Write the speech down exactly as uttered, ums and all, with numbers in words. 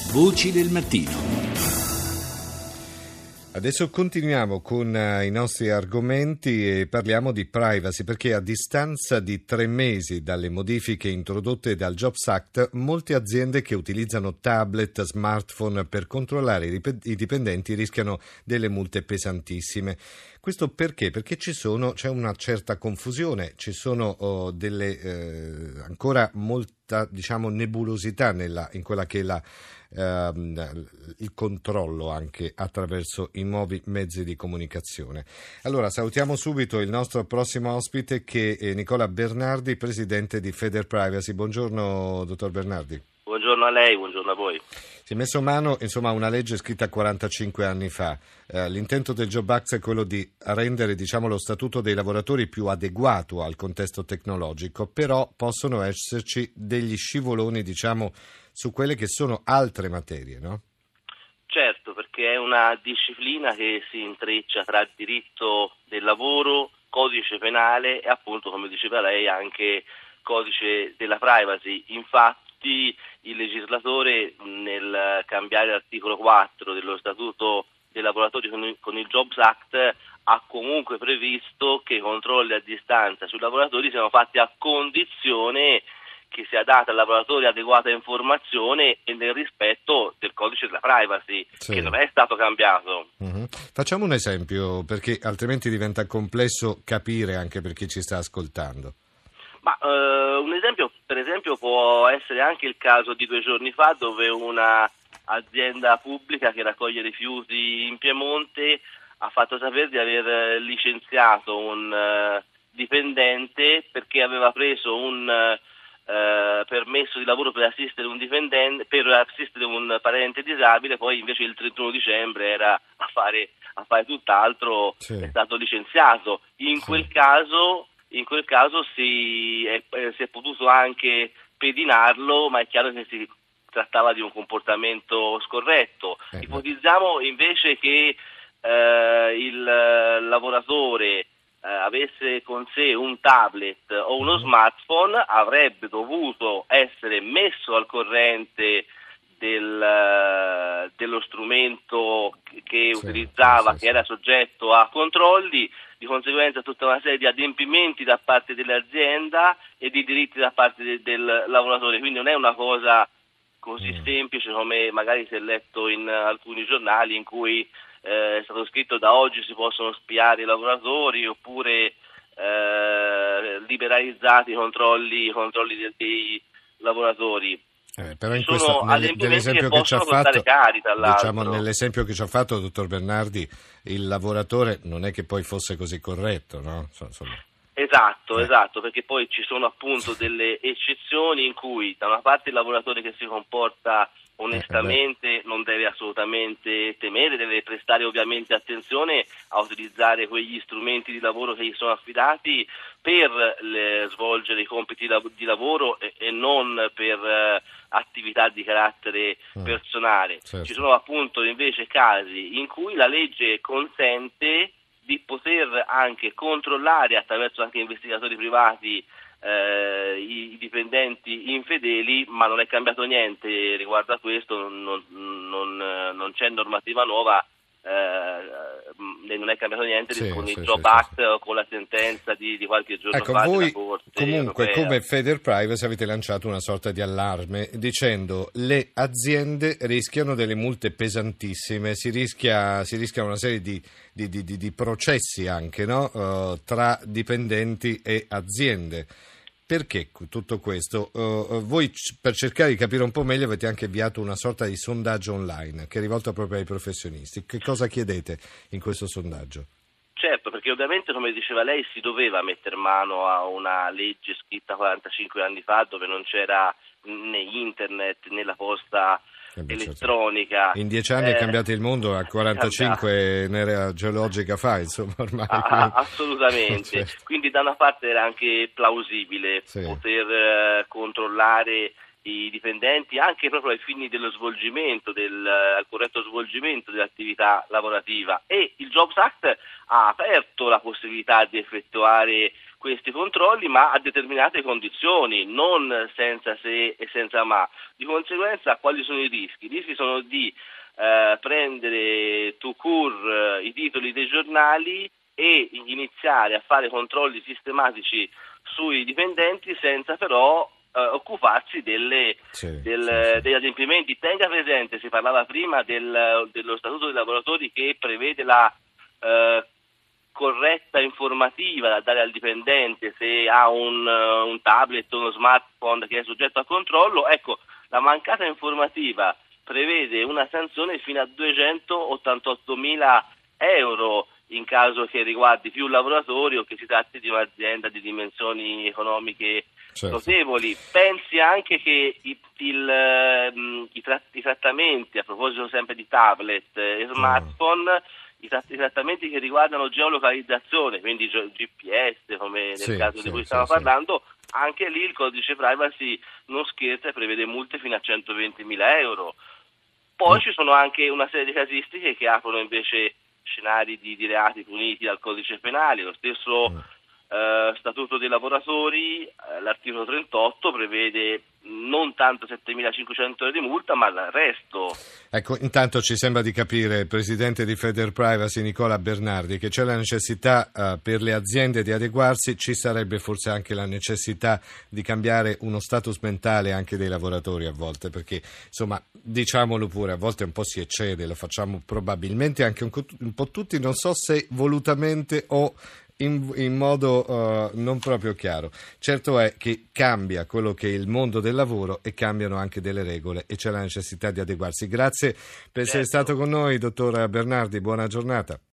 Voci del mattino. Adesso continuiamo con uh, i nostri argomenti e parliamo di privacy, perché a distanza di tre mesi dalle modifiche introdotte dal Jobs Act, molte aziende che utilizzano tablet, smartphone per controllare i, rip- i dipendenti rischiano delle multe pesantissime. Questo perché? Perché ci sono, c'è una certa confusione, ci sono oh, delle eh, ancora molta, diciamo, nebulosità nella, in quella che è la il controllo anche attraverso i nuovi mezzi di comunicazione. Allora salutiamo subito il nostro prossimo ospite, che è Nicola Bernardi, presidente di Federprivacy. Buongiorno dottor Bernardi. Buongiorno a lei, buongiorno a voi. Si è messo mano insomma a una legge scritta quarantacinque anni fa. Eh, l'intento del Job Act è quello di rendere, diciamo, lo statuto dei lavoratori più adeguato al contesto tecnologico, però possono esserci degli scivoloni, diciamo, su quelle che sono altre materie, no? Certo, perché è una disciplina che si intreccia tra diritto del lavoro, codice penale e appunto, come diceva lei, anche codice della privacy. Infatti il legislatore, nel cambiare l'articolo quattro dello statuto dei lavoratori con il, con il Jobs Act, ha comunque previsto che i controlli a distanza sui lavoratori siano fatti a condizione che sia data al lavoratore adeguata informazione e nel rispetto del codice della privacy, sì, che non è stato cambiato. Uh-huh. Facciamo un esempio, perché altrimenti diventa complesso capire anche per chi ci sta ascoltando. Ma uh, un esempio, per esempio, può essere anche il caso di due giorni fa, dove una azienda pubblica che raccoglie rifiuti in Piemonte ha fatto sapere di aver licenziato un uh, dipendente perché aveva preso un uh, Uh, permesso di lavoro per assistere un dipendente, per assistere un parente disabile, poi invece il trentuno dicembre era a fare a fare tutt'altro, sì. È stato licenziato. In sì. quel caso, in quel caso si è, si è potuto anche pedinarlo, ma è chiaro che si trattava di un comportamento scorretto. Eh, Ipotizziamo invece che uh, il lavoratore avesse con sé un tablet o uno smartphone, avrebbe dovuto essere messo al corrente del, dello strumento che sì, utilizzava, sì, sì, che era soggetto a controlli, di conseguenza tutta una serie di adempimenti da parte dell'azienda e di diritti da parte de, del lavoratore. Quindi non è una cosa così mm. semplice come magari si è letto in alcuni giornali, in cui Eh, è stato scritto da oggi si possono spiare i lavoratori, oppure eh, liberalizzati i controlli, i controlli dei, dei lavoratori. Eh, però in questo, nel, nell'esempio che, che ci ha fatto, cari, diciamo, nell'esempio che ci ha fatto, dottor Bernardi, il lavoratore non è che poi fosse così corretto, no? Insomma. Esatto, eh. esatto, perché poi ci sono appunto delle eccezioni in cui da una parte il lavoratore che si comporta onestamente eh, non deve assolutamente temere, deve prestare ovviamente attenzione a utilizzare quegli strumenti di lavoro che gli sono affidati per le, svolgere i compiti di lavoro e, e non per eh, attività di carattere mm. personale. Certo. Ci sono appunto invece casi in cui la legge consente di poter anche controllare attraverso anche investigatori privati eh, i dipendenti infedeli, ma non è cambiato niente riguardo a questo, non, non, non c'è normativa nuova, eh, non è cambiato niente sì, con il sì, Job sì, Act sì. o con la sentenza di, di qualche giorno ecco, fa voi della Corte comunque europea. Come Federprivacy avete lanciato una sorta di allarme dicendo le aziende rischiano delle multe pesantissime, si rischia, si rischia una serie di, di, di, di, di processi anche, no? uh, tra dipendenti e aziende. Perché tutto questo? Uh, voi, per cercare di capire un po' meglio, avete anche avviato una sorta di sondaggio online che è rivolto proprio ai professionisti. Che cosa chiedete in questo sondaggio? Certo, perché ovviamente, come diceva lei, si doveva mettere mano a una legge scritta quarantacinque anni fa, dove non c'era né internet né la posta eh beh, elettronica. Certo. In dieci anni eh, è cambiato il mondo, a quarantacinque un'era geologica fa, insomma, ormai. Ah, assolutamente. Certo. Quindi da una parte era anche plausibile sì. poter eh, controllare i dipendenti anche proprio ai fini dello svolgimento, del al corretto svolgimento dell'attività lavorativa, e il Jobs Act ha aperto la possibilità di effettuare questi controlli, ma a determinate condizioni, non senza se e senza ma. Di conseguenza, quali sono i rischi? I rischi sono di eh, prendere tout court eh, i titoli dei giornali e iniziare a fare controlli sistematici sui dipendenti senza però eh, occuparsi delle, sì, del, sì, sì. degli adempimenti. Tenga presente, si parlava prima del, dello Statuto dei lavoratori che prevede la eh, corretta informativa da dare al dipendente se ha un, un tablet o uno smartphone che è soggetto a controllo. Ecco, la mancata informativa prevede una sanzione fino a duecentottantottomila euro in caso che riguardi più lavoratori o che si tratti di un'azienda di dimensioni economiche Certo. notevoli. Pensi anche che i, il, i, tra, i trattamenti, a proposito sempre di tablet e smartphone, mm. I trattamenti che riguardano geolocalizzazione, quindi G P S, come nel sì, caso sì, di cui sì, stiamo sì. parlando, anche lì il codice privacy non scherza e prevede multe fino a centoventimila euro. Poi mm. ci sono anche una serie di casistiche che aprono invece scenari di, di reati puniti dal codice penale. Lo stesso mm. eh, Statuto dei lavoratori, eh, l'articolo trentotto, prevede non tanto settemilacinquecento euro di multa, ma l'arresto. Ecco, intanto ci sembra di capire, il presidente di Federprivacy Nicola Bernardi, che c'è la necessità uh, per le aziende di adeguarsi, ci sarebbe forse anche la necessità di cambiare uno status mentale anche dei lavoratori a volte, perché insomma, diciamolo pure, a volte un po' si eccede, lo facciamo probabilmente anche un, un po' tutti, non so se volutamente o In, in modo uh, non proprio chiaro. Certo è che cambia quello che è il mondo del lavoro e cambiano anche delle regole e c'è la necessità di adeguarsi. Grazie per essere certo. stato con noi, dottor Bernardi, buona giornata.